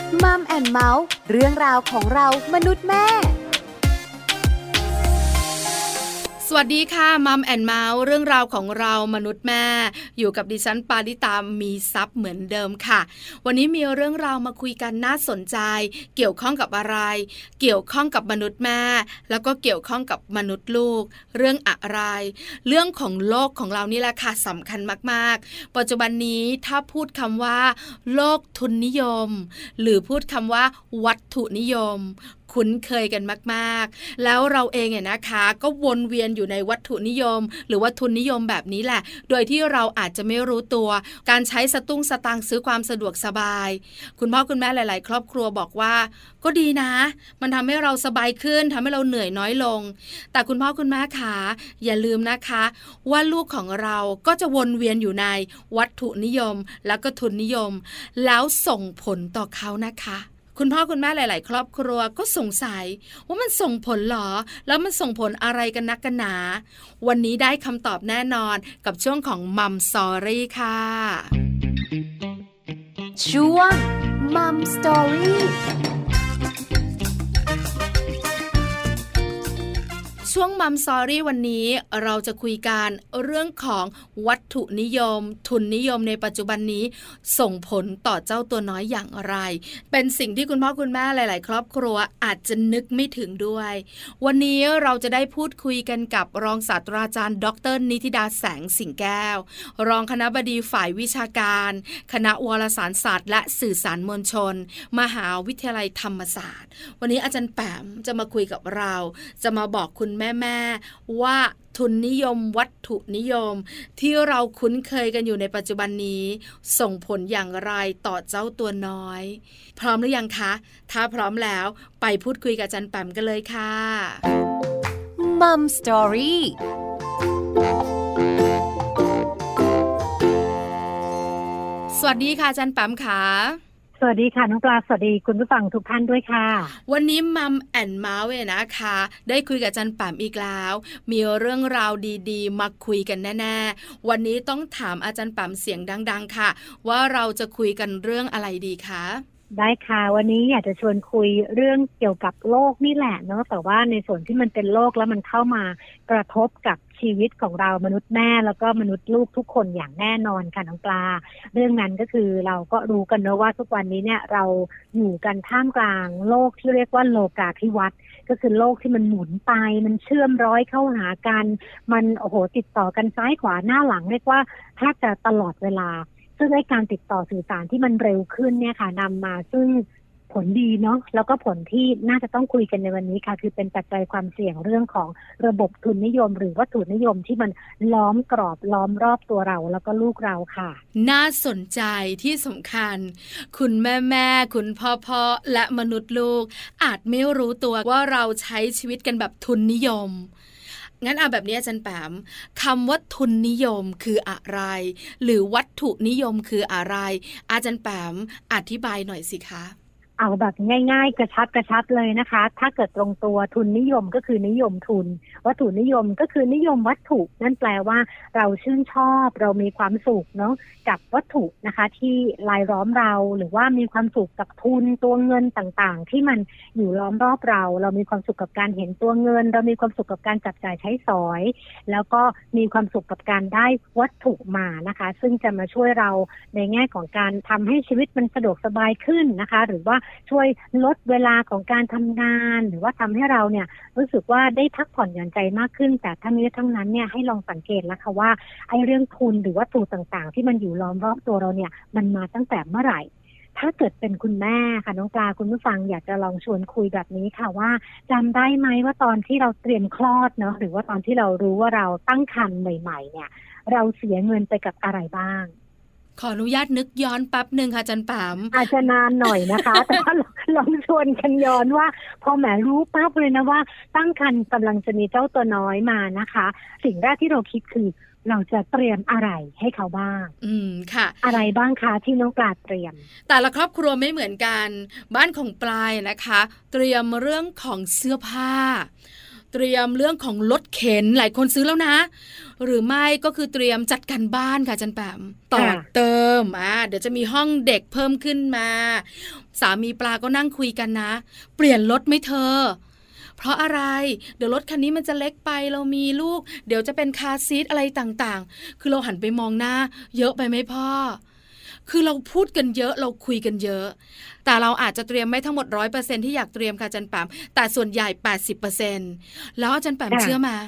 มัมแอนด์เมาส์เรื่องราวของเรามนุษย์แม่สวัสดีค่ะมัมแอนเมาส์เรื่องราวของเรามนุษย์แม่อยู่กับดิฉันปาริตามีซัพ์เหมือนเดิมค่ะวันนี้มีเรื่องราวมาคุยกันน่าสนใจเกี่ยวข้องกับอะไรเกี่ยวข้องกับมนุษย์แม่แล้วก็เกี่ยวข้องกับมนุษย์ลูกเรื่องอะไรเรื่องของโลกของเรานี่แหละค่ะสำคัญมากๆปัจจุบันนี้ถ้าพูดคำว่าโลกทุนนิยมหรือพูดคำว่าวัตถุนิยมคุ้นเคยกันมากๆแล้วเราเองเนี่ยนะคะก็วนเวียนอยู่ในวัตถุนิยมหรือว่าทุนนิยมแบบนี้แหละโดยที่เราอาจจะไม่รู้ตัวการใช้สตุ้งสตางค์ซื้อความสะดวกสบายคุณพ่อคุณแม่หลายๆครอบครัวบอกว่าก็ดีนะมันทำให้เราสบายขึ้นทำให้เราเหนื่อยน้อยลงแต่คุณพ่อคุณแม่คะอย่าลืมนะคะว่าลูกของเราก็จะวนเวียนอยู่ในวัตถุนิยมแล้วก็ทุนนิยมแล้วส่งผลต่อเขานะคะคุณพ่อคุณแม่หลายๆครอบครัวก็สงสัยว่ามันส่งผลหรอแล้วมันส่งผลอะไรกันนักกันหนาวันนี้ได้คำตอบแน่นอนกับช่วงของมัมสตอรี่ค่ะช่วงมัมสตอรี่ช่วงมัมสตอรี่วันนี้เราจะคุยกันเรื่องของวัตถุนิยมทุนนิยมในปัจจุบันนี้ส่งผลต่อเจ้าตัวน้อยอย่างไรเป็นสิ่งที่คุณพ่อคุณแม่หลายๆครอบครัวอาจจะนึกไม่ถึงด้วยวันนี้เราจะได้พูดคุยกันกับรองศาสตราจารย์ดร.นิติดาแสงสิงแก้วรองคณบดีฝ่ายวิชาการคณะวารสารศาสตร์และสื่อสารมวลชนมหาวิทยาลัยธรรมศาสตร์วันนี้อาจารย์แปมจะมาคุยกับเราจะมาบอกคุณแม่ว่าทุนนิยมวัตถุนิยมที่เราคุ้นเคยกันอยู่ในปัจจุบันนี้ส่งผลอย่างไรต่อเจ้าตัวน้อยพร้อมหรือยังคะถ้าพร้อมแล้วไปพูดคุยกับอาจารย์แปมกันเลยค่ะมัมสตอรี่สวัสดีค่ะอาจารย์แปมค่ะสวัสดีค่ะน้องปลาสวัสดีคุณผู้ฟังทุกท่านด้วยค่ะวันนี้มัมแอนด์เมาส์นะคะได้คุยกับอาจารย์แปมอีกแล้วมีเรื่องราวดีๆมาคุยกันแน่ๆวันนี้ต้องถามอาจารย์แปมเสียงดังๆค่ะว่าเราจะคุยกันเรื่องอะไรดีคะได้ค่ะวันนี้อยากจะชวนคุยเรื่องเกี่ยวกับโลกนี่แหละเนาะแต่ว่าในส่วนที่มันเป็นโลกแล้วมันเข้ามากระทบกับชีวิตของเรามนุษย์แม่แล้วก็มนุษย์ลูกทุกคนอย่างแน่นอนค่ะน้องปลาเรื่องนั้นก็คือเราก็รู้กันนะว่าทุกวันนี้เนี่ยเราอยู่กันท่ามกลางโลกที่เรียกว่าโลกาภิวัตน์ก็คือโลกที่มันหมุนไปมันเชื่อมร้อยเข้าหากันมันโอ้โหติดต่อกันซ้ายขวาหน้าหลังเรียกว่าแทบจะตลอดเวลาซึ่งในการติดต่อสื่อสารที่มันเร็วขึ้นเนี่ยค่ะนำมาซึ่งผลดีเนาะแล้วก็ผลที่น่าจะต้องคุยกันในวันนี้ค่ะคือเป็นปัจจัยความเสี่ยงเรื่องของระบบทุนนิยมหรือวัตถุนิยมที่มันล้อมกรอบล้อมรอบตัวเราแล้วก็ลูกเราค่ะน่าสนใจที่สำคัญคุณแม่คุณพ่อและมนุษย์ลูกอาจไม่รู้ตัวว่าเราใช้ชีวิตกันแบบทุนนิยมงั้นเอาแบบนี้อาจารย์แปมคำว่าทุนนิยมคืออะไรหรือวัตถุนิยมคืออะไรอาจารย์แปมอธิบายหน่อยสิคะเอาแบบง่ายๆกระชับเลยนะคะถ้าเกิดตรงตัวทุนนิยมก็คือนิยมทุนวัตถุนิยมก็คือนิยมวัตถุนั่นแปลว่าเราชื่นชอบเรามีความสุขเนาะกับวัตถุนะคะที่รายล้อมเราหรือว่ามีความสุขกับทุนตัวเงินต่างๆที่มันอยู่ล้อมรอบเราเรามีความสุขกับการเห็นตัวเงินเรามีความสุขกับการจับจ่ายใช้สอยแล้วก็มีความสุขกับการได้วัตถุมานะคะซึ่งจะมาช่วยเราในแง่ของการทำให้ชีวิตมันสะดวกสบายขึ้นนะคะหรือว่าช่วยลดเวลาของการทำงานหรือว่าทำให้เราเนี่ยรู้สึกว่าได้พักผ่อนหย่อนใจมากขึ้นแต่ทั้งนี้ทั้งนั้นเนี่ยให้ลองสังเกตแล้วค่ะว่าไอ้เรื่องทุนหรือวัตถุต่างๆที่มันอยู่ล้อมรอบตัวเราเนี่ยมันมาตั้งแต่เมื่อไหร่ถ้าเกิดเป็นคุณแม่ค่ะน้องปลาคุณผู้ฟังอยากจะลองชวนคุยแบบนี้ค่ะว่าจำได้ไหมว่าตอนที่เราเตรียมคลอดเนาะหรือว่าตอนที่เรารู้ว่าเราตั้งครรภ์ใหม่ๆเนี่ยเราเสียเงินไปกับอะไรบ้างขออนุญาตนึกย้อนแป๊บนึงค่ะอาจารย์ปามอาจจะนานหน่อยนะคะแต่ว่าลองชวนกันย้อนว่าพอแหมรู้ปั๊บเลยนะว่าตั้งครรภ์กำลังจะมีเจ้าตัวน้อยมานะคะสิ่งแรกที่เราคิดคือเราจะเตรียมอะไรให้เขาบ้างค่ะอะไรบ้างคะที่น้องปลาเตรียมแต่ละครอบครัวไม่เหมือนกันบ้านของปลายนะคะเตรียมเรื่องของเสื้อผ้าเตรียมเรื่องของรถเข็นหลายคนซื้อแล้วนะหรือไม่ก็คือเตรียมจัดการบ้านค่ะจันแปมต่อเติมเดี๋ยวจะมีห้องเด็กเพิ่มขึ้นมาสามีปลาก็นั่งคุยกันนะเปลี่ยนรถไหมเธอเพราะอะไรเดี๋ยวรถคันนี้มันจะเล็กไปเรามีลูกเดี๋ยวจะเป็นคาร์ซีทอะไรต่างๆคือเราหันไปมองหน้าเยอะไปไหมพ่อคือเราพูดกันเยอะเราคุยกันเยอะแต่เราอาจจะเตรียมไม่ทั้งหมด 100% ที่อยากเตรียมค่ะจันแปมแต่ส่วนใหญ่ 80% แล้วจันแปมเชื่อมา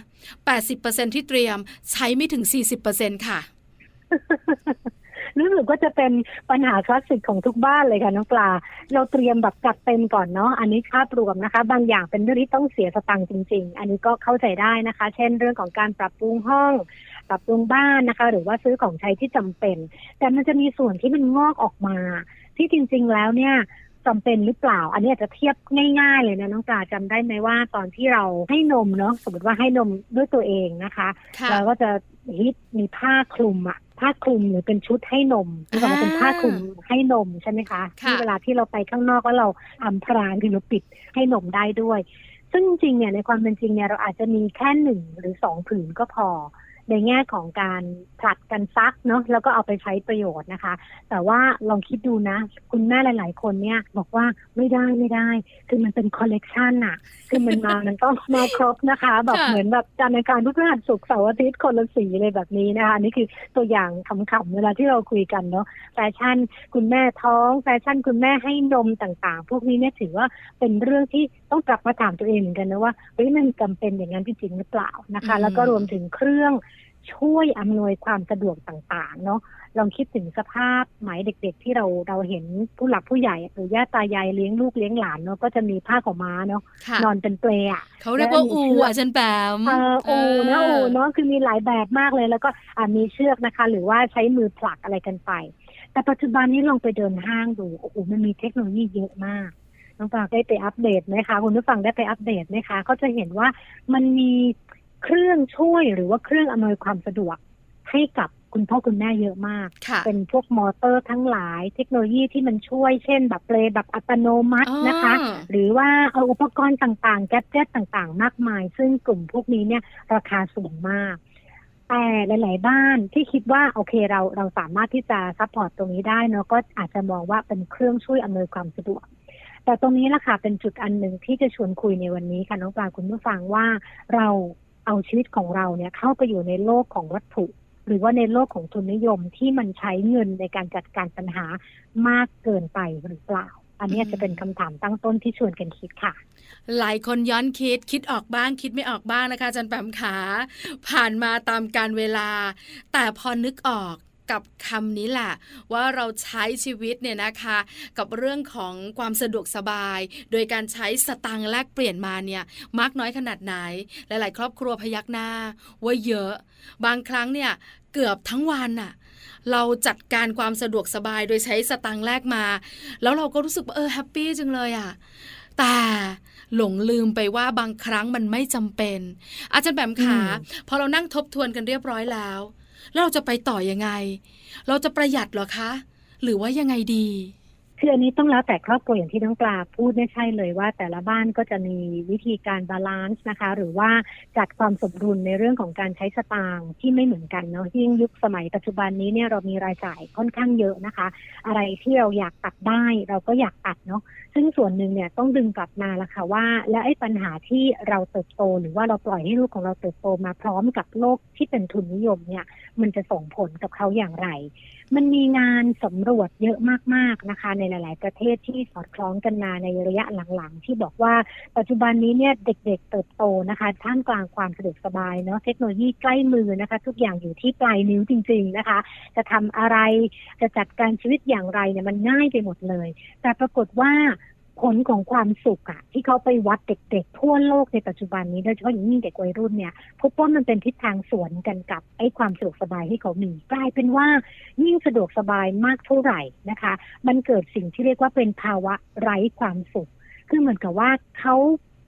80% ที่เตรียมใช้ไม่ถึง 40% ค่ะรู้สึกว่าจะเป็นปัญหาคลาสสิกของทุกบ้านเลยค่ะน้องปลาเราเตรียมแบบจัดเต็มก่อนเนาะอันนี้ภาพรวมนะคะบางอย่างเป็นเรื่องที่ต้องเสียสตังค์จริงๆอันนี้ก็เข้าใจได้นะคะเช่นเรื่องของการปรับปรุงห้องปรับปรุงบ้านนะคะหรือว่าซื้อของใช้ที่จำเป็นแต่มันจะมีส่วนที่มันงอกออกมาที่จริงๆแล้วเนี่ยจำเป็นหรือเปล่าอันนี้อาจจะเทียบง่ายๆเลยนะน้องปลาจำได้ไหมว่าตอนที่เราให้นมเนาะสมมติว่าให้นมด้วยตัวเองนะคะเราก็จะฮิตมีผ้าคลุมผ้าคลุมหรือเป็นชุดให้นมที่บอกว่าเป็นผ้าคลุมให้นมใช่ไหมคะที่เวลาที่เราไปข้างนอกแล้วเราอำพรางคือเราปิดให้นมได้ด้วยซึ่งจริงๆเนี่ยในความเป็นจริงเนี่ยเราอาจจะมีแค่1 หรือ 2 ผืนก็พอในแง่ของการผลัดกันซักเนาะแล้วก็เอาไปใช้ประโยชน์นะคะแต่ว่าลองคิดดูนะคุณแม่หลายๆคนเนี่ยบอกว่าไม่ได้คือมันเป็นคอลเลกชันอะคือมันต้องมาครบนะคะแบบเหมือนแบบจันทร์อังคารพุธพฤหัสศุกร์เสาร์อาทิตย์คนละสีเลยแบบนี้นะคะนี่คือตัวอย่างขำๆเวลาที่เราคุยกันเนาะแฟชั่นคุณแม่ท้องแฟชั่นคุณแม่ให้นมต่างๆพวกนี้เนี่ยถือว่าเป็นเรื่องที่ต้องกลับมาถามตัวเองเหมือนกันนะว่าเฮ้ยมันจำเป็นอย่างนั้นจริงๆหรือเปล่านะคะแล้วก็รวมถึงเครื่องช่วยอำนวยความสะดวกต่างๆเนาะลองคิดถึงสภาพหมายเด็กๆที่เราเห็นผู้หลักผู้ใหญ่หรือย่าตายายเลี้ยงลูกเลี้ยงหลานเนาะก็จะมีผ้าขาวม้าเนาะนอนเป็นเปลอ่ะเขาเรียกว่าอูอ่ะฉันแปมอูเนาะคือมีหลายแบบมากเลยแล้วก็มีเชือกนะคะหรือว่าใช้มือผลักอะไรกันไปแต่ปัจจุบันนี้ลองไปเดินห้างดูโอ้โหมันมีเทคโนโลยีเยอะมากน้องปลาได้ไปอัปเดตไหมคะคุณผู้ฟังได้ไปอัปเดตไหมคะก็จะเห็นว่ามันมีเครื่องช่วยหรือว่าเครื่องอำนวยความสะดวกให้กับคุณพ่อคุณแม่เยอะมากเป็นพวกมอเตอร์ทั้งหลายเทคโนโลยีที่มันช่วยเช่นแบบเปลแบบอัตโนมัตินะคะหรือว่าเอาอุปกรณ์ต่างๆแกดเจ็ตต่างๆมากมายซึ่งกลุ่มพวกนี้เนี่ยราคาสูงมากแต่หลายๆบ้านที่คิดว่าโอเคเราสามารถที่จะซัพพอร์ตตรงนี้ได้เนาะก็อาจจะมองว่าเป็นเครื่องช่วยอำนวยความสะดวกแต่ตรงนี้ล่ะค่ะเป็นจุดอันหนึ่งที่จะชวนคุยในวันนี้ค่ะน้องปลาคุณผู้ฟังว่าเราเอาชีวิตของเราเนี่ยเข้าไปอยู่ในโลกของวัตถุหรือว่าในโลกของทุนนิยมที่มันใช้เงินในการจัดการปัญหามากเกินไปหรือเปล่าอันนี้จะเป็นคำถามตั้งต้นที่ชวนกันคิดค่ะหลายคนย้อนคิดออกบ้างคิดไม่ออกบ้างนะคะอาจารย์แปมขาผ่านมาตามกาลเวลาแต่พอนึกออกกับคำนี้แหละว่าเราใช้ชีวิตเนี่ยนะคะกับเรื่องของความสะดวกสบายโดยการใช้สตางค์แลกเปลี่ยนมาเนี่ยมากน้อยขนาดไหนหลายๆครอบครัวพยักหน้าว่าเยอะบางครั้งเนี่ยเกือบทั้งวันน่ะเราจัดการความสะดวกสบายโดยใช้สตางค์แลกมาแล้วเราก็รู้สึกว่าแฮปปี้จังเลยอ่ะแต่หลงลืมไปว่าบางครั้งมันไม่จำเป็นอาจารย์แปมขาพอเรานั่งทบทวนกันเรียบร้อยแล้วเราจะไปต่อยังไงเราจะประหยัดเหรอคะหรือว่ายังไงดีคืออันนี้ต้องแล้วแต่ครอบครัวอย่างที่น้องปลาพูดไม่ใช่เลยว่าแต่ละบ้านก็จะมีวิธีการบาลานซ์นะคะหรือว่าจัดความสมดุลในเรื่องของการใช้สตางค์ที่ไม่เหมือนกันเนาะยิ่งยุคสมัยปัจจุบันนี้เนี่ยเรามีรายจ่ายค่อนข้างเยอะนะคะอะไรที่เราอยากตัดได้เราก็อยากตัดเนาะซึ่งส่วนหนึ่งเนี่ยต้องดึงกลับมาละค่ะว่าแล้วไอ้ปัญหาที่เราเติบโตหรือว่าเราปล่อยให้ลูกของเราเติบโตมาพร้อมกับโลกที่เป็นทุนนิยมเนี่ยมันจะส่งผลกับเขาอย่างไรมันมีงานสำรวจเยอะมากๆนะคะในหลายๆประเทศที่สอดคล้องกันมาในระยะหลังๆที่บอกว่าปัจจุบันนี้เนี่ยเด็กๆเติบโตนะคะท่ามกลางความสะดวกสบายเนาะเทคโนโลยีใกล้มือนะคะทุกอย่างอยู่ที่ปลายนิ้วจริงๆนะคะจะทำอะไรจะจัดการชีวิตอย่างไรเนี่ยมันง่ายไปหมดเลยแต่ปรากฏว่าผลของความสุขอะที่เขาไปวัดเด็กๆทั่วโลกในปัจจุบันนี้โดยเฉพาะอย่างยิ่งเด็กวัยรุ่นเนี่ยพบว่ามันเป็นทิศทางสวนกันกับไอ้ความสะดวกสบายที่เขามีกลายเป็นว่ายิ่งสะดวกสบายมากเท่าไหร่นะคะมันเกิดสิ่งที่เรียกว่าเป็นภาวะไร้ความสุขคือเหมือนกับว่าเขาไป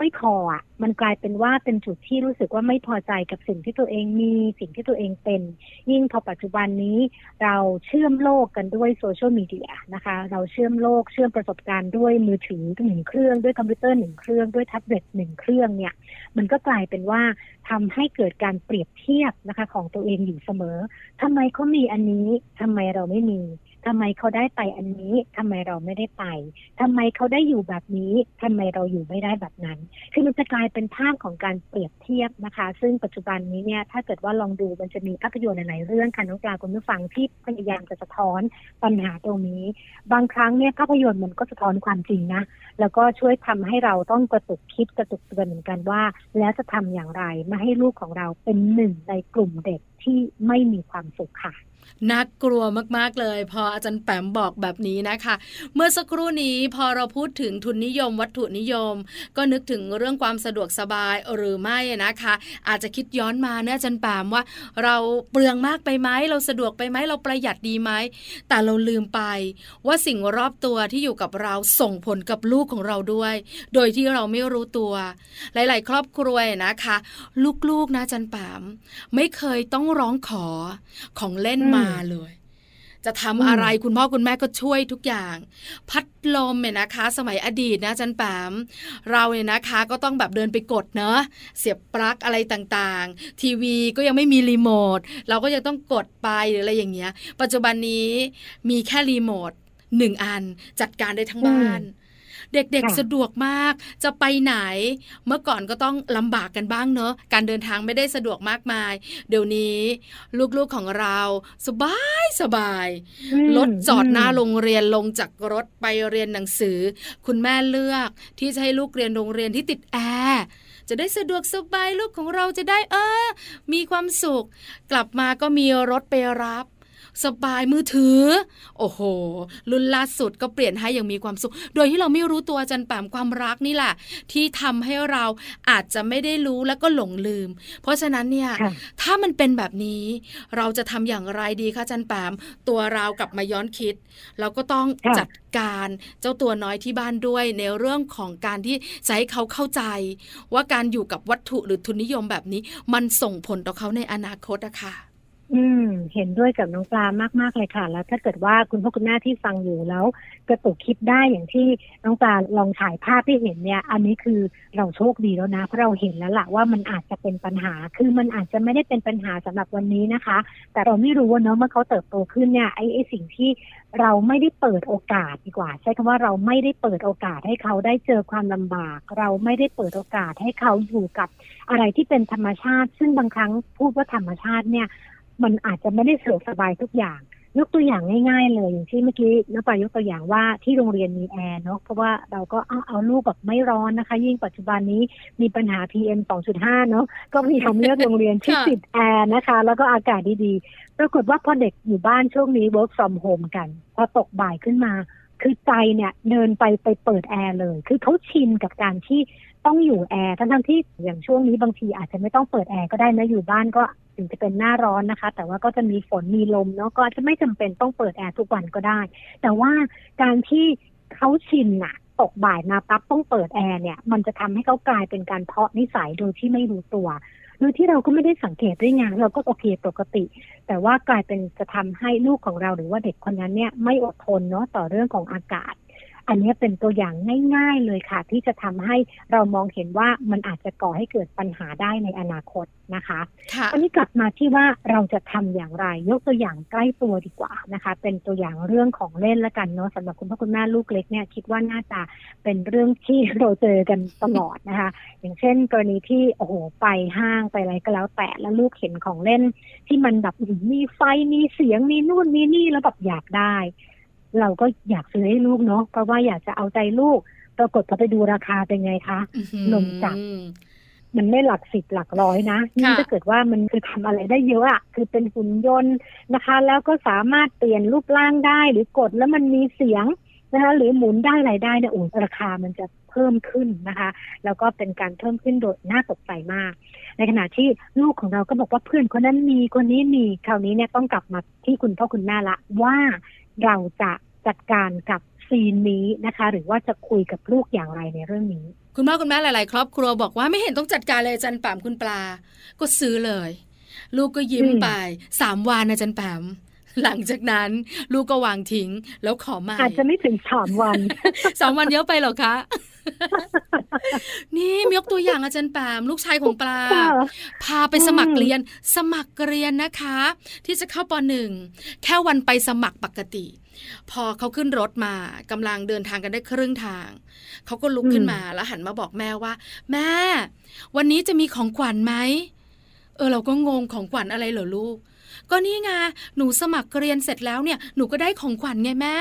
ไม่พออ่ะมันกลายเป็นว่าเป็นจุดที่รู้สึกว่าไม่พอใจกับสิ่งที่ตัวเองมีสิ่งที่ตัวเองเป็นยิ่งพอปัจจุบันนี้เราเชื่อมโลกกันด้วยโซเชียลมีเดียนะคะเราเชื่อมโลกเชื่อมประสบการณ์ด้วยมือถือ1เครื่องด้วยคอมพิวเตอร์1เครื่องด้วยแท็บเล็ต1เครื่องเนี่ยมันก็กลายเป็นว่าทำให้เกิดการเปรียบเทียบนะคะของตัวเองอยู่เสมอทำไมเขามีอันนี้ทำไมเราไม่มีทำไมเขาได้ไปอันนี้ทำไมเราไม่ได้ไปทำไมเขาได้อยู่แบบนี้ทำไมเราอยู่ไม่ได้แบบนั้นคือมันจะกลายเป็นภาพของการเปรียบเทียบนะคะซึ่งปัจจุบันนี้เนี่ยถ้าเกิดว่าลองดูมันจะมีภาพยนตร์หลายๆเรื่องค่ะน้องปลาคุณผู้ฟังที่พยายามจะสะท้อนปัญหาตรงนี้บางครั้งเนี่ยภาพยนตร์มันก็สะท้อนความจริงนะแล้วก็ช่วยทำให้เราต้องกระตุกคิดกระตุกเตือนเหมือนกันว่าแล้วจะทำอย่างไรไม่ให้ลูกของเราเป็นหนึ่งในกลุ่มเด็กที่ไม่มีความสุขค่ะน่ากลัวมากๆเลยพออาจารย์แปมบอกแบบนี้นะคะเมื่อสักครู่นี้พอเราพูดถึงทุนนิยมวัตถุนิยมก็นึกถึงเรื่องความสะดวกสบายหรือไม่นะคะอาจจะคิดย้อนมาเนี่ยอาจารย์แปมว่าเราเปลืองมากไปไหมเราสะดวกไปไหมเราประหยัดดีไหมแต่เราลืมไปว่าสิ่งรอบตัวที่อยู่กับเราส่งผลกับลูกของเราด้วยโดยที่เราไม่รู้ตัวหลายๆครอบครัวนะคะลูกๆนะอาจารย์แปมไม่เคยต้องร้องขอของเล่นมาเลยจะทำอะไรคุณพ่อคุณแม่ก็ช่วยทุกอย่างพัดลมเนี่ยนะคะสมัยอดีตนะอาจารย์แปมเราเนี่ยนะคะก็ต้องแบบเดินไปกดเนอะเสียบปลั๊กอะไรต่างๆทีวีก็ยังไม่มีรีโมทเราก็ยังต้องกดไปหรืออะไรอย่างเงี้ยปัจจุบันนี้มีแค่รีโมท1 อันจัดการได้ทั้งบ้านเด็กๆสะดวกมากจะไปไหนเมื่อก่อนก็ต้องลำบากกันบ้างเนอะการเดินทางไม่ได้สะดวกมากมายเดี๋ยวนี้ลูกๆของเราสบายรถจอดหน้าโรงเรียนลงจากรถไปเรียนหนังสือคุณแม่เลือกที่จะให้ลูกเรียนโรงเรียนที่ติดแอร์จะได้สะดวกสบายลูกของเราจะได้มีความสุขกลับมาก็มีรถไปรับสบายมือถือโอ้โหรุ่นล่าสุดก็เปลี่ยนให้อย่างมีความสุขโดยที่เราไม่รู้ตัวจันแปมความรักนี่แหละที่ทำให้เราอาจจะไม่ได้รู้แล้วก็หลงลืมเพราะฉะนั้นเนี่ยถ้ามันเป็นแบบนี้เราจะทำอย่างไรดีคะจันแปมตัวเรากลับมาย้อนคิดเราก็ต้องจัดการเจ้าตัวน้อยที่บ้านด้วยในเรื่องของการที่จะให้เขาเข้าใจว่าการอยู่กับวัตถุหรือทุนนิยมแบบนี้มันส่งผลต่อเขาในอนาคตอะค่ะเห็นด้วยกับน้องปลามากๆเลยค่ะแล้วถ้าเกิดว่าคุณพ่อคุณแม่ที่ฟังอยู่แล้วกระตุกคิดได้อย่างที่น้องปลาลองถ่ายภาพที่เห็นเนี่ยอันนี้คือเราโชคดีแล้วนะเพราะเราเห็นแล้วล่ะว่ามันอาจจะเป็นปัญหาคือมันอาจจะไม่ได้เป็นปัญหาสำหรับวันนี้นะคะแต่เราไม่รู้ว่าเนาะเมื่อเขาเติบโตขึ้นเนี่ยไอ้สิ่งที่เราไม่ได้เปิดโอกาสดีกว่าใช้คำว่าเราไม่ได้เปิดโอกาสให้เขาได้เจอความลำบากเราไม่ได้เปิดโอกาสให้เขาอยู่กับอะไรที่เป็นธรรมชาติซึ่งบางครั้งพูดว่าธรรมชาติเนี่ยมันอาจจะไม่ได้สะดวกสบายทุกอย่างยกตัวอย่างง่ายๆเลยอย่างที่เมื่อกี้น้าปายกตัวอย่างว่าที่โรงเรียนมีแอร์เนาะเพราะว่าเราก็เอาลูกแบบไม่ร้อนนะคะยิ่งปัจจุบันนี้มีปัญหา PM 2.5 เนาะก็มีทำเลือกโรงเรียนที่ติดแอร์นะคะแล้วก็อากาศดีๆปรากฏว่าพอเด็กอยู่บ้านช่วงนี้ work from home กันพอตกบ่ายขึ้นมาคือใจเนี่ยเดินไปเปิดแอร์เลยคือเขาชินกับการที่ต้องอยู่แอร์ทั้งที่อย่างช่วงนี้บางทีอาจจะไม่ต้องเปิดแอร์ก็ได้นะอยู่บ้านก็ถึงจะเป็นหน้าร้อนนะคะแต่ว่าก็จะมีฝนมีลมเนาะก็อาจจะไม่จำเป็นต้องเปิดแอร์ทุกวันก็ได้แต่ว่าการที่เขาชินน่ะตกบ่ายมาปั๊บต้องเปิดแอร์เนี่ยมันจะทำให้เขากลายเป็นการเพาะนิสัยโดยที่ไม่รู้ตัวโดยที่เราก็ไม่ได้สังเกตด้วยไงเราก็โอเคปกติแต่ว่ากลายเป็นจะทำให้ลูกของเราหรือว่าเด็กคนนั้นเนี่ยไม่อดทนเนาะต่อเรื่องของอากาศอันนี้เป็นตัวอย่างง่ายๆเลยค่ะที่จะทำให้เรามองเห็นว่ามันอาจจะก่อให้เกิดปัญหาได้ในอนาคตนะคะอันนี้กลับมาที่ว่าเราจะทำอย่างไรยกตัวอย่างใกล้ตัวดีกว่านะคะเป็นตัวอย่างเรื่องของเล่นละกันเนาะสำหรับคุณพ่อคุณแม่ลูกเล็กเนี่ยคิดว่าน่าจะเป็นเรื่องที่เราเจอกันตลอดนะคะอย่างเช่นกรณีที่โอ้โหไปห้างไปอะไรก็แล้วแต่แล้วลูกเห็นของเล่นที่มันแบบมีไฟมีเสียงมีนู่นมีนี่แล้วแบบอยากได้เราก็อยากซื้อให้ลูกเนาะเพราะว่าอยากจะเอาใจลูกปรากฏพอไปดูราคาเป็นไงคะนมจับมันไม่หลัก10หลักร้อยนะนี่ถ้าเกิดว่ามันคือทำอะไรได้เยอะอะคือเป็นหุ่นยนต์นะคะแล้วก็สามารถเปลี่ยนรูปร่างได้หรือกดแล้วมันมีเสียงนะคะหรือหมุนได้อะไรได้เนี่ยโอ้ราคามันจะเพิ่มขึ้นนะคะแล้วก็เป็นการเพิ่มขึ้นโดยน่าตกใจมากในขณะที่ลูกของเราก็บอกว่าเพื่อนคนนั้นมีคนนี้มีคราวนี้เนี่ยต้องกลับมาที่คุณพ่อคุณแม่ละว่าเราจะจัดการกับซีนนี้นะคะหรือว่าจะคุยกับลูกอย่างไรในเรื่องนี้คุณพ่อคุณแม่หลายๆครอบครัวบอกว่าไม่เห็นต้องจัดการเลยอาจารย์แปมคุณปลาก็ซื้อเลยลูกก็ยิ้มไป3 วันอาจารย์แปมหลังจากนั้นลูกก็วางทิ้งแล้วขอใหม่อาจจะไม่ถึง3 วัน 3 วันเยอะไปหรอคะ นี่ยกตัวอย่างอาจารย์แปมลูกชายของปลาพาไปสมัครเรียนนะคะที่จะเข้าป.1 แค่วันไปสมัครปกติพอเขาขึ้นรถมากำลังเดินทางกันได้ครึ่งทางเขาก็ลุกขึ้นมาแล้วหันมาบอกแม่ว่าแม่วันนี้จะมีของขวัญไหมเราก็งงของขวัญอะไรเหรอลูกก็นี่ไงหนูสมัครเรียนเสร็จแล้วเนี่ยหนูก็ได้ของขวัญไงแม่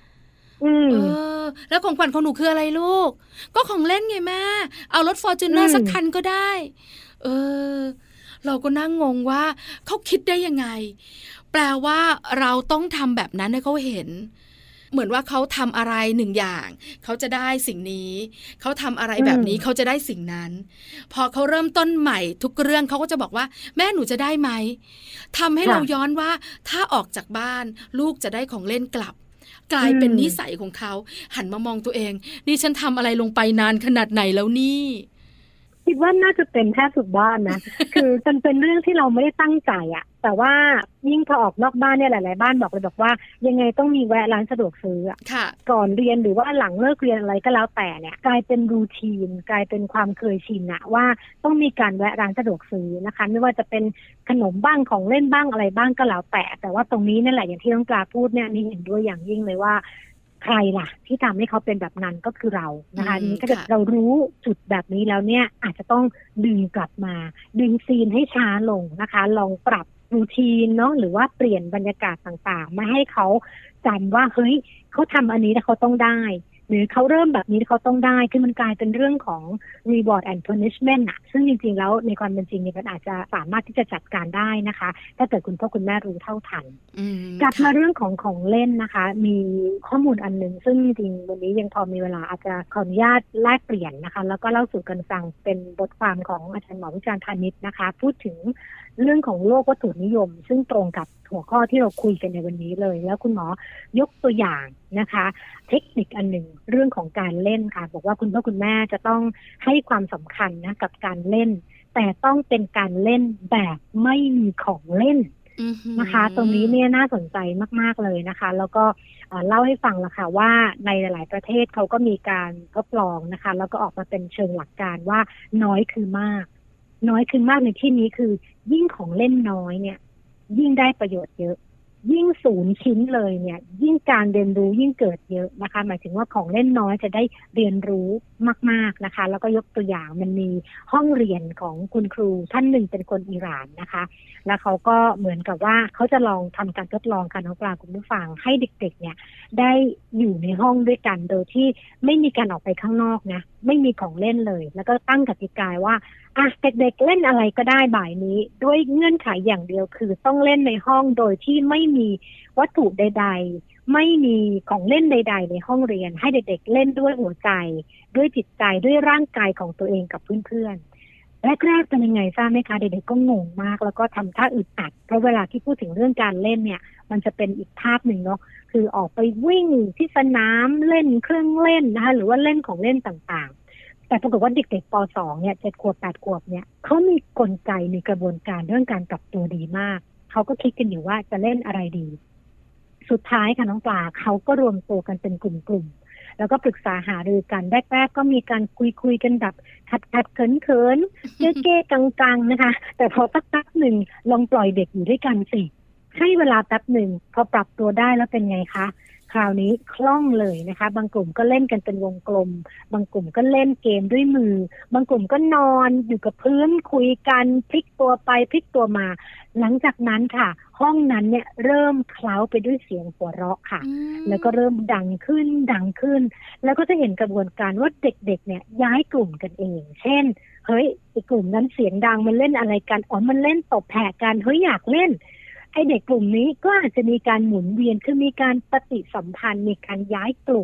แล้วของขวัญของหนูคืออะไรลูกก็ของเล่นไงแม่เอารถ Fortuner สักคันก็ได้เราก็นั่งงงว่าเขาคิดได้ยังไงแปลว่าเราต้องทำแบบนั้นให้เขาเห็นเหมือนว่าเขาทำอะไร1 อย่างเขาจะได้สิ่งนี้เขาทำอะไรแบบนี้เขาจะได้สิ่งนั้นพอเขาเริ่มต้นใหม่ทุกเรื่องเขาก็จะบอกว่าแม่หนูจะได้ไหมทำให้เราย้อนว่าถ้าออกจากบ้านลูกจะได้ของเล่นกลับกลายเป็นนิสัยของเขาหันมามองตัวเองนี่ฉันทำอะไรลงไปนานขนาดไหนแล้วนี่คิดว่าน่าจะเป็นแทบทุกบ้านนะ คือมันเป็นเรื่องที่เราไม่ได้ตั้งใจอะแต่ว่ายิ่งพอออกนอกบ้านเนี่ยหลายๆบ้านบอกเลยบอกว่ายังไงต้องมีแวะร้านสะดวกซื้อก่อนเรียนหรือว่าหลังเลิกเรียนอะไรก็แล้วแต่เนี่ยกลายเป็นรูทีนกลายเป็นความเคยชินอะว่าต้องมีการแวะร้านสะดวกซื้อนะคะไม่ว่าจะเป็นขนมบ้างของเล่นบ้างอะไรบ้างก็แล้วแต่ว่าตรงนี้นี่แหละอย่างที่น้องปลาพูดเนี่ยนี่เห็นด้วยอย่างยิ่งเลยว่าใครล่ะที่ทำให้เขาเป็นแบบนั้นก็คือเรานะคะนี้ถ้าเกิดเรารู้จุดแบบนี้แล้วเนี่ยอาจจะต้องดึงกลับมาดึงซีนให้ช้าลงนะคะลองปรับรูทีนเนาะหรือว่าเปลี่ยนบรรยากาศต่างๆมาให้เขาจำว่าเฮ้ยเขาทำอันนี้แล้วเขาต้องได้หรือเขาเริ่มแบบนี้เขาต้องได้คือมันกลายเป็นเรื่องของ reward and punishment อะซึ่งจริงๆแล้วในความเป็นจริงเนี่ยมันอาจจะสามารถที่จะจัดการได้นะคะถ้าเกิดคุณพ่อคุณแม่รู้เท่าทันกลับมาเรื่องของเล่นนะคะมีข้อมูลอันนึงซึ่งจริงๆวันนี้ยังพอมีเวลาอาจจะขออนุญาตแลกเปลี่ยนนะคะแล้วก็เล่าสู่กันฟังเป็นบทความของอาจารย์หมอวิจารณ์พาณิชย์นะคะพูดถึงเรื่องของโลกวัตถุนิยมซึ่งตรงกับหัวข้อที่เราคุยกันในวันนี้เลยแล้วคุณหมอยกตัวอย่างนะคะเทคนิคอันหนึ่งเรื่องของการเล่นค่ะบอกว่าคุณพ่อคุณแม่จะต้องให้ความสำคัญนะกับการเล่นแต่ต้องเป็นการเล่นแบบไม่มีของเล่นนะคะตรงนี้เนี่ยน่าสนใจมากๆเลยนะคะแล้วก็เล่าให้ฟังละค่ะว่าในหลายๆประเทศเขาก็มีการทดลองนะคะแล้วก็ออกมาเป็นเชิงหลักการว่าน้อยคือมากในที่นี้คือยิ่งของเล่นน้อยเนี่ยยิ่งได้ประโยชน์เยอะยิ่ง0 ชิ้นเลยเนี่ยยิ่งการเรียนรู้ยิ่งเกิดเยอะนะคะหมายถึงว่าของเล่นน้อยจะได้เรียนรู้มากๆนะคะแล้วก็ยกตัวอย่างมันมีห้องเรียนของคุณครูท่านหนึ่งเป็นคนอิหร่านนะคะแล้วเขาก็เหมือนกับว่าเขาจะลองทำการทดลองค่ะน้องปลาคุณผู้ฟังให้เด็กๆเนี่ยได้อยู่ในห้องด้วยกันโดยที่ไม่มีการออกไปข้างนอกนะไม่มีของเล่นเลยแล้วก็ตั้งกติกาว่าเด็กๆเล่นอะไรก็ได้บ่ายนี้ด้วยเงื่อนไขอย่างเดียวคือต้องเล่นในห้องโดยที่ไม่มีวัตถุใดๆไม่มีของเล่นใดๆในห้องเรียนให้เด็กๆเล่นด้วยหัวใจด้วยจิตใจด้วยร่างกายของตัวเองกับเพื่อนๆแรกๆเป็นยังไงทราบไหมคะเด็กๆก็งงมากแล้วก็ทำท่าอึดอัดเพราะเวลาที่พูดถึงเรื่องการเล่นเนี่ยมันจะเป็นอีกภาพหนึ่งเนาะคือออกไปวิ่งที่สนามเล่นเครื่องเล่นนะคะหรือว่าเล่นของเล่นต่างๆแต่ปรากฏว่าเด็กๆป.2 เนี่ย7 ขวบ 8 ขวบเนี่ยเขามีกลไกในกระบวนการเรื่องการปรับตัวดีมากเขาก็คิดกันอยู่ว่าจะเล่นอะไรดีสุดท้ายค่ะน้องปลาเขาก็รวมตัวกันเป็นกลุ่มๆแล้วก็ปรึกษาหารือกันแรกๆก็มีการคุยกันแบบขัดเขินๆเก้ๆกังๆนะคะแต่พอสักพักหนึ่งลองปล่อยเด็กอยู่ด้วยกันสิให้เวลาแป๊บหนึ่งพอปรับตัวได้แล้วเป็นไงคะคราวนี้คล่องเลยนะคะบางกลุ่มก็เล่นกันเป็นวงกลมบางกลุ่มก็เล่นเกมด้วยมือบางกลุ่มก็นอนอยู่กับพื้นคุยกันพลิกตัวไปพลิกตัวมาหลังจากนั้นค่ะห้องนั้นเนี่ยเริ่มเคล้าไปด้วยเสียงหัวเราะค่ะแล้วก็เริ่มดังขึ้นแล้วก็จะเห็นกระบวนการว่าเด็กๆเนี่ยย้ายกลุ่มกันเองเช่นเฮ้ยไอ้กลุ่มนั้นเสียงดังมันเล่นอะไรกันอ๋อมันเล่นตบแผะกันเฮ้ยอยากเล่นไอเด็กกลุ่มนี้ก็อาจจะมีการหมุนเวียนคือมีการปฏิสัมพันธ์มีการย้ายกลุ่ม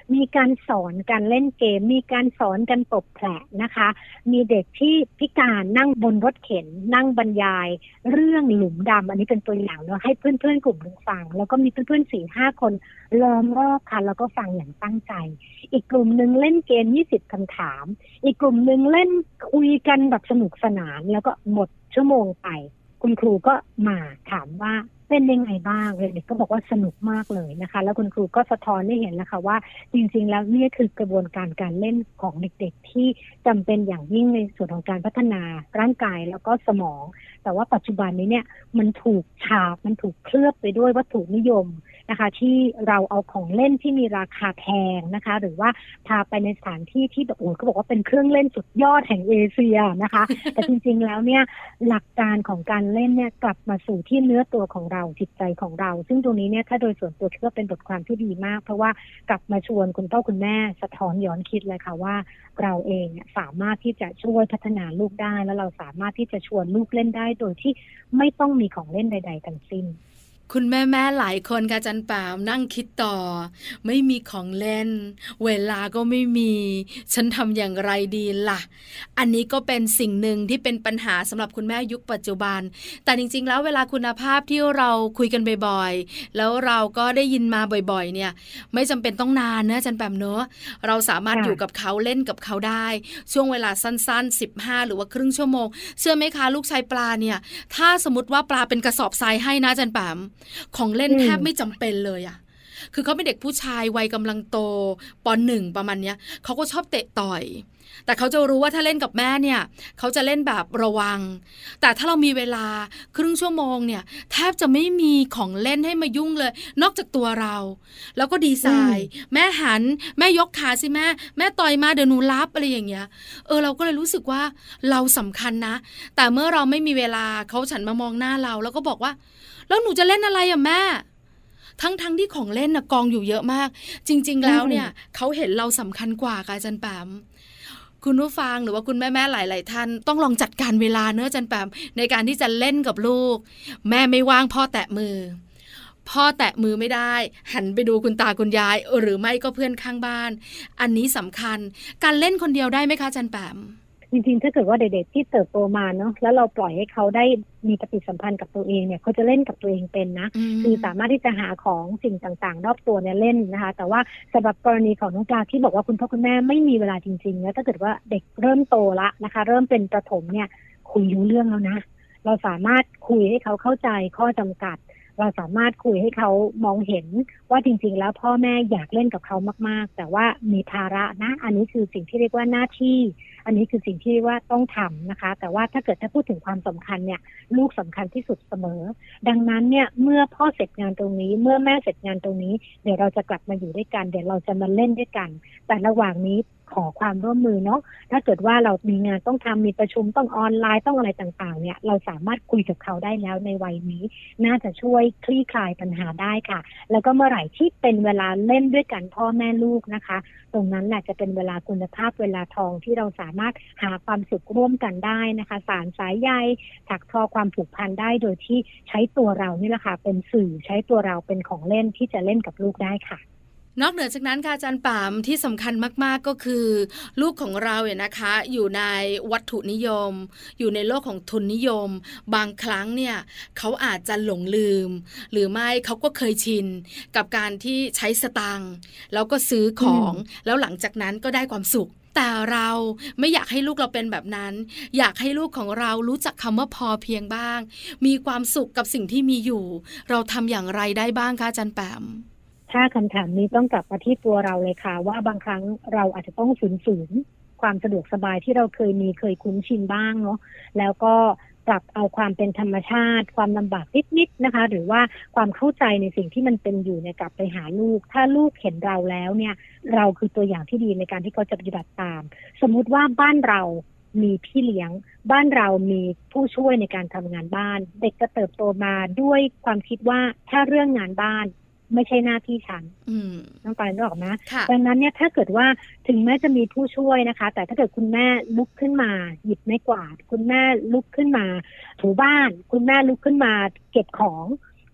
มีการสอนการเล่นเกมมีการสอนกันตบแผลนะคะมีเด็กที่พิการนั่งบนรถเข็นนั่งบรรยายเรื่องหลุมดำอันนี้เป็นตัวอย่างเนาะให้เพื่อนๆกลุ่มนึงฟังแล้วก็มีเพื่อนๆ 4-5 คนล้อมรอบค่ะแล้วก็ฟังอย่างตั้งใจอีกกลุ่มนึงเล่นเกม20คำถามอีกกลุ่มนึงเล่นคุยกันแบบสนุกสนานแล้วก็หมดชั่วโมงไปคุณครูก็มาถามว่าเป็นยังไงบ้างเด็กก็บอกว่าสนุกมากเลยนะคะแล้วคุณครูก็สะท้อนให้เห็นแล้วค่ะว่าจริงๆแล้วนี่คือกระบวนการเล่นของเด็กๆที่จำเป็นอย่างยิ่งในส่วนของการพัฒนาร่างกายแล้วก็สมองแต่ว่าปัจจุบันนี้เนี่ยมันถูกฉาบมันถูกเคลือบไปด้วยวัตถุนิยมนะคะที่เราเอาของเล่นที่มีราคาแพงนะคะหรือว่าพาไปในสถานที่ที่แบบโอ้เขาบอกว่าเป็นเครื่องเล่นสุดยอดแห่งเอเชียนะคะ แต่จริงๆแล้วเนี่ยหลักการของการเล่นเนี่ยกลับมาสู่ที่เนื้อตัวของเราจิตใจของเราซึ่งตรงนี้เนี่ยถ้าโดยส่วนตัวคิดว่าเป็นบทความที่ดีมากเพราะว่ากลับมาชวนคุณพ่อคุณแม่สะท้อนย้อนคิดเลยค่ะว่าเราเองสามารถที่จะช่วยพัฒนาลูกได้แล้วเราสามารถที่จะชวนลูกเล่นได้โดยที่ไม่ต้องมีของเล่นใดๆทั้งสิ้นคุณแม่หลายคนค่ะจันป่ามนั่งคิดต่อไม่มีของเล่นเวลาก็ไม่มีฉันทำอย่างไรดีล่ะอันนี้ก็เป็นสิ่งหนึ่งที่เป็นปัญหาสำหรับคุณแม่ยุคปัจจุบันแต่จริงๆแล้วเวลาคุณภาพที่เราคุยกันบ่อยๆแล้วเราก็ได้ยินมาบ่อยๆเนี่ยไม่จำเป็นต้องนานนะจันป่ามเนอะเราสามารถอยู่กับเขาเล่นกับเขาได้ช่วงเวลาสั้นๆ15หรือว่าครึ่งชั่วโมงเชื่อไหมคะลูกชายปลาเนี่ยถ้าสมมติว่าปลาเป็นกระสอบทรายให้นะจันป่ามของเล่นแทบไม่จำเป็นเลยอ่ะคือเขาเป็นเด็กผู้ชายวัยกำลังโตป.1 ประมาณเนี้ยเขาก็ชอบเตะต่อยแต่เขาจะรู้ว่าถ้าเล่นกับแม่เนี่ยเขาจะเล่นแบบระวังแต่ถ้าเรามีเวลาครึ่งชั่วโมงเนี่ยแทบจะไม่มีของเล่นให้มายุ่งเลยนอกจากตัวเราแล้วก็ดีไซน์แม่หันแม่ยกขาสิแม่ต่อยมาเดี๋ยวหนูรับอะไรอย่างเงี้ยเราก็เลยรู้สึกว่าเราสำคัญนะแต่เมื่อเราไม่มีเวลาเขาฉันมามองหน้าเราแล้วก็บอกว่าแล้วหนูจะเล่นอะไรอ่ะแม่ทั้งที่ของเล่นน่ะกองอยู่เยอะมากจริงๆแล้วเนี่ยเขาเห็นเราสำคัญกว่าค่ะอาจารย์แปมคุณผู้ฟังหรือว่าคุณแม่หลายๆท่านต้องลองจัดการเวลาเนอะอาจารย์แปมในการที่จะเล่นกับลูกแม่ไม่ว่างพ่อแตะมือไม่ได้หันไปดูคุณตาคุณยายหรือไม่ก็เพื่อนข้างบ้านอันนี้สำคัญการเล่นคนเดียวได้ไหมคะอาจารย์แปมจริงๆถ้าเกิดว่าเด็กๆที่เติบโตมาเนาะแล้วเราปล่อยให้เขาได้มีปฏิสัมพันธ์กับตัวเองเนี่ยเขาจะเล่นกับตัวเองเป็นนะคือสามารถที่จะหาของสิ่งต่างๆรอบตัวเนี่ยเล่นนะคะแต่ว่าสำหรับกรณีของน้องปลาที่บอกว่าคุณพ่อคุณแม่ไม่มีเวลาจริงๆแล้วถ้าเกิดว่าเด็กเริ่มโตละนะคะเริ่มเป็นประถมเนี่ยคุยรู้เรื่องแล้วนะเราสามารถคุยให้เขาเข้าใจข้อจำกัดเราสามารถคุยให้เขามองเห็นว่าจริงๆแล้วพ่อแม่อยากเล่นกับเขามากๆแต่ว่ามีภาระนะอันนี้คือสิ่งที่เรียกว่าหน้าที่อันนี้คือสิ่งที่ว่าต้องทำนะคะแต่ว่าถ้าพูดถึงความสำคัญเนี่ยลูกสำคัญที่สุดเสมอดังนั้นเนี่ยเมื่อพ่อเสร็จงานตรงนี้เมื่อแม่เสร็จงานตรงนี้เดี๋ยวเราจะกลับมาอยู่ด้วยกันเดี๋ยวเราจะมาเล่นด้วยกันแต่ระหว่างนี้ขอความร่วมมือเนาะถ้าเกิดว่าเรามีงานต้องทำมีประชุมต้องออนไลน์ต้องอะไรต่างๆเนี่ยเราสามารถคุยกับเขาได้แล้วในวัยนี้น่าจะช่วยคลี่คลายปัญหาได้ค่ะแล้วก็เมื่อไหร่ที่เป็นเวลาเล่นด้วยกันพ่อแม่ลูกนะคะตรงนั้นแหละจะเป็นเวลาคุณภาพเวลาทองที่เราสามารถหาความสุขร่วมกันได้นะคะสานสายใยถักทอความผูกพันได้โดยที่ใช้ตัวเรานี่แหละค่ะเป็นสื่อใช้ตัวเราเป็นของเล่นที่จะเล่นกับลูกได้ค่ะนอกเหนือจากนั้นค่ะอาจารย์ปามที่สำคัญมากๆก็คือลูกของเราเนี่ยนะคะอยู่ในวัตถุนิยมอยู่ในโลกของทุนนิยมบางครั้งเนี่ยเขาอาจจะหลงลืมหรือไม่เขาก็เคยชินกับการที่ใช้สตางค์แล้วก็ซื้อของแล้วหลังจากนั้นก็ได้ความสุขแต่เราไม่อยากให้ลูกเราเป็นแบบนั้นอยากให้ลูกของเรารู้จักคำว่าพอเพียงบ้างมีความสุขกับสิ่งที่มีอยู่เราทำอย่างไรได้บ้างคะอาจารย์ปามถ้าคำถามนี้ต้องกลับมาที่ตัวเราเลยค่ะว่าบางครั้งเราอาจจะต้องสูญความสะดวกสบายที่เราเคยคุ้นชินบ้างเนาะแล้วก็ปรับเอาความเป็นธรรมชาติความลำบากนิดๆนะคะหรือว่าความเข้าใจในสิ่งที่มันเป็นอยู่เนี่ยกลับไปหาลูกถ้าลูกเห็นเราแล้วเนี่ยเราคือตัวอย่างที่ดีในการที่เขาจะปฏิบัติตามสมมุติว่าบ้านเรามีพี่เลี้ยงบ้านเรามีผู้ช่วยในการทำงานบ้านเด็กจะเติบโตมาด้วยความคิดว่าถ้าเรื่องงานบ้านไม่ใช่หน้าที่ฉันน้องปานนึกออกนะดังนั้นเนี่ยถ้าเกิดว่าถึงแม้จะมีผู้ช่วยนะคะแต่ถ้าเกิดคุณแม่ลุกขึ้นมาหยิบไม้กวาดคุณแม่ลุกขึ้นมาถูบ้านคุณแม่ลุกขึ้นมาเก็บของ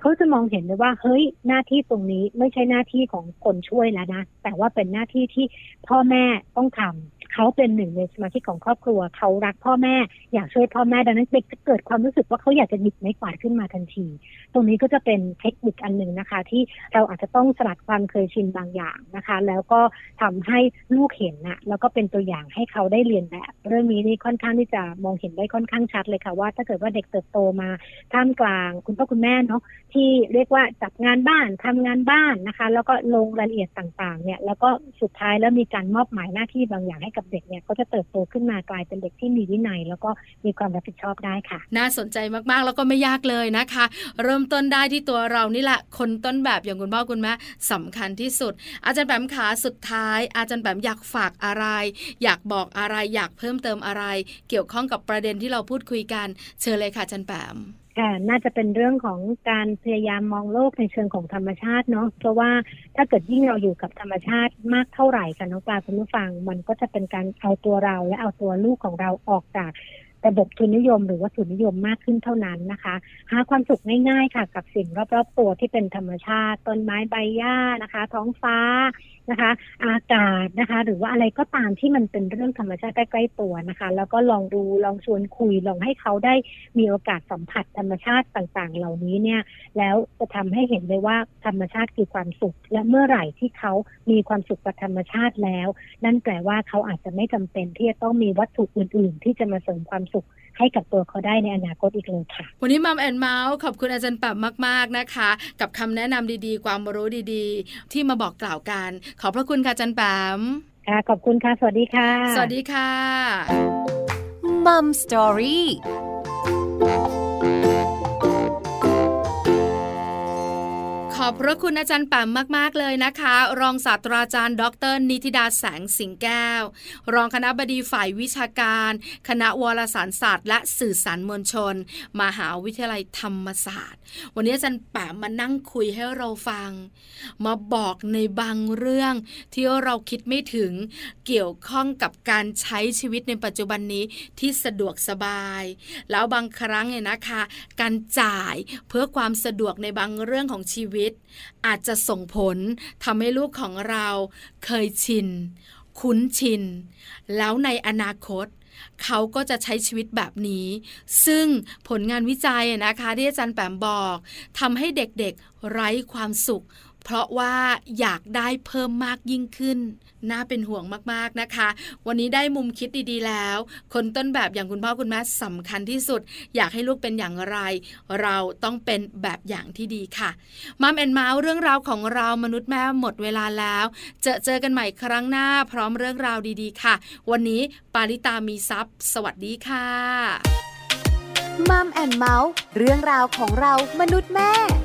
เขาจะมองเห็นเลยว่าเฮ้ยหน้าที่ตรงนี้ไม่ใช่หน้าที่ของคนช่วยแล้วนะแต่ว่าเป็นหน้าที่ที่พ่อแม่ต้องทำเขาเป็นหนึ่งในสมาชิกของครอบครัวเขารักพ่อแม่อยากช่วยพ่อแม่ดังนั้นเด็กจะเกิดความรู้สึกว่าเขาอยากจะหยิบไม้กวาดขึ้นมาทันทีตรงนี้ก็จะเป็นเทคนิคอันหนึ่งนะคะที่เราอาจจะต้องสลัดความเคยชินบางอย่างนะคะแล้วก็ทำให้ลูกเห็นนะแล้วก็เป็นตัวอย่างให้เขาได้เรียนแบบเรื่องนี้นี่ค่อนข้างที่จะมองเห็นได้ค่อนข้างชัดเลยค่ะว่าถ้าเกิดว่าเด็กเติบโตมาท่ามกลางคุณพ่อคุณแม่เนาะที่เรียกว่าจับงานบ้านทำงานบ้านนะคะแล้วก็ลงรายละเอียดต่างๆเนี่ยแล้วก็สุดท้ายแล้วมีการมอบหมายหน้าที่บางอย่างให้กับเด็กเนี่ยก็จะเติบโตขึ้นมากลายเป็นเด็กที่มีวินัยแล้วก็มีความรับผิดชอบได้ค่ะน่าสนใจมากๆแล้วก็ไม่ยากเลยนะคะเริ่มต้นได้ที่ตัวเรานี่แหละคนต้นแบบอย่างคุณพ่อคุณแม่สำคัญที่สุดอาจารย์แปมขาสุดท้ายอาจารย์แปมอยากฝากอะไรอยากบอกอะไรอยากเพิ่มเติมอะไรเกี่ยวข้องกับประเด็นที่เราพูดคุยกันเชิญเลยค่ะอาจารย์แปมน่าจะเป็นเรื่องของการพยายามมองโลกในเชิงของธรรมชาติเนาะเพราะว่าถ้าเกิดยิ่งเราอยู่กับธรรมชาติมากเท่าไหร่ค่ะน้องปลาคุณผู้ฟังมันก็จะเป็นการเอาตัวเราและเอาตัวลูกของเราออกจากระบบทุนนิยมหรือว่าทุนนิยมมากขึ้นเท่านั้นนะคะหาความสุขง่ายๆค่ะกับสิ่งรอบๆตัวที่เป็นธรรมชาติต้นไม้ใบหญ้านะคะท้องฟ้านะคะอากาศนะคะหรือว่าอะไรก็ตามที่มันเป็นเรื่องธรรมชาติใกล้ๆตัวนะคะแล้วก็ลองดูลองชวนคุยลองให้เขาได้มีโอกาสสัมผัสธรรมชาติต่างๆเหล่านี้เนี่ยแล้วจะทำให้เห็นเลยว่าธรรมชาติคือความสุขและเมื่อไหร่ที่เขามีความสุขกับธรรมชาติแล้วนั่นแปลว่าเขาอาจจะไม่จำเป็นที่จะต้องมีวัตถุอื่นๆที่จะมาเสริมความสุขให้กับตัวเขาได้ในอนาคตอีกเลยค่ะวันนี้มัมแอนเมาส์ขอบคุณอาจารย์แปมมากๆนะคะกับคำแนะนำดีๆความรู้ดีๆที่มาบอกกล่าวกันขอบพระคุณค่ะอาจารย์แปมค่ะขอบคุณค่ะสวัสดีค่ะสวัสดีค่ะมัมสตอรี่ขอบพระคุณอาจารย์แปมมากๆเลยนะคะรองศาสตราจารย์ดร.นิติดาแสงสิงแก้วรองคณบดีฝ่ายวิชาการคณะวารสารศาสตร์และสื่อสารมวลชนมหาวิทยาลัยธรรมศาสตร์วันนี้อาจารย์แปมมานั่งคุยให้เราฟังมาบอกในบางเรื่องที่เราคิดไม่ถึงเกี่ยวข้องกับการใช้ชีวิตในปัจจุบันนี้ที่สะดวกสบายแล้วบางครั้งเนี่ยนะคะการจ่ายเพื่อความสะดวกในบางเรื่องของชีวิตอาจจะส่งผลทำให้ลูกของเราเคยชินคุ้นชินแล้วในอนาคตเขาก็จะใช้ชีวิตแบบนี้ซึ่งผลงานวิจัยนะคะที่อาจารย์แปมบอกทำให้เด็กๆไร้ความสุขเพราะว่าอยากได้เพิ่มมากยิ่งขึ้นน่าเป็นห่วงมากๆนะคะวันนี้ได้มุมคิดดีๆแล้วคนต้นแบบอย่างคุณพ่อคุณแม่สำคัญที่สุดอยากให้ลูกเป็นอย่างไรเราต้องเป็นแบบอย่างที่ดีค่ะมัมแอนด์เมาส์เรื่องราวของเรามนุษย์แม่หมดเวลาแล้วเจอกันใหม่ครั้งหน้าพร้อมเรื่องราวดีๆค่ะวันนี้ปาริตามีทรัพย์สวัสดีค่ะมัมแอนด์เมาส์เรื่องราวของเรามนุษย์แม่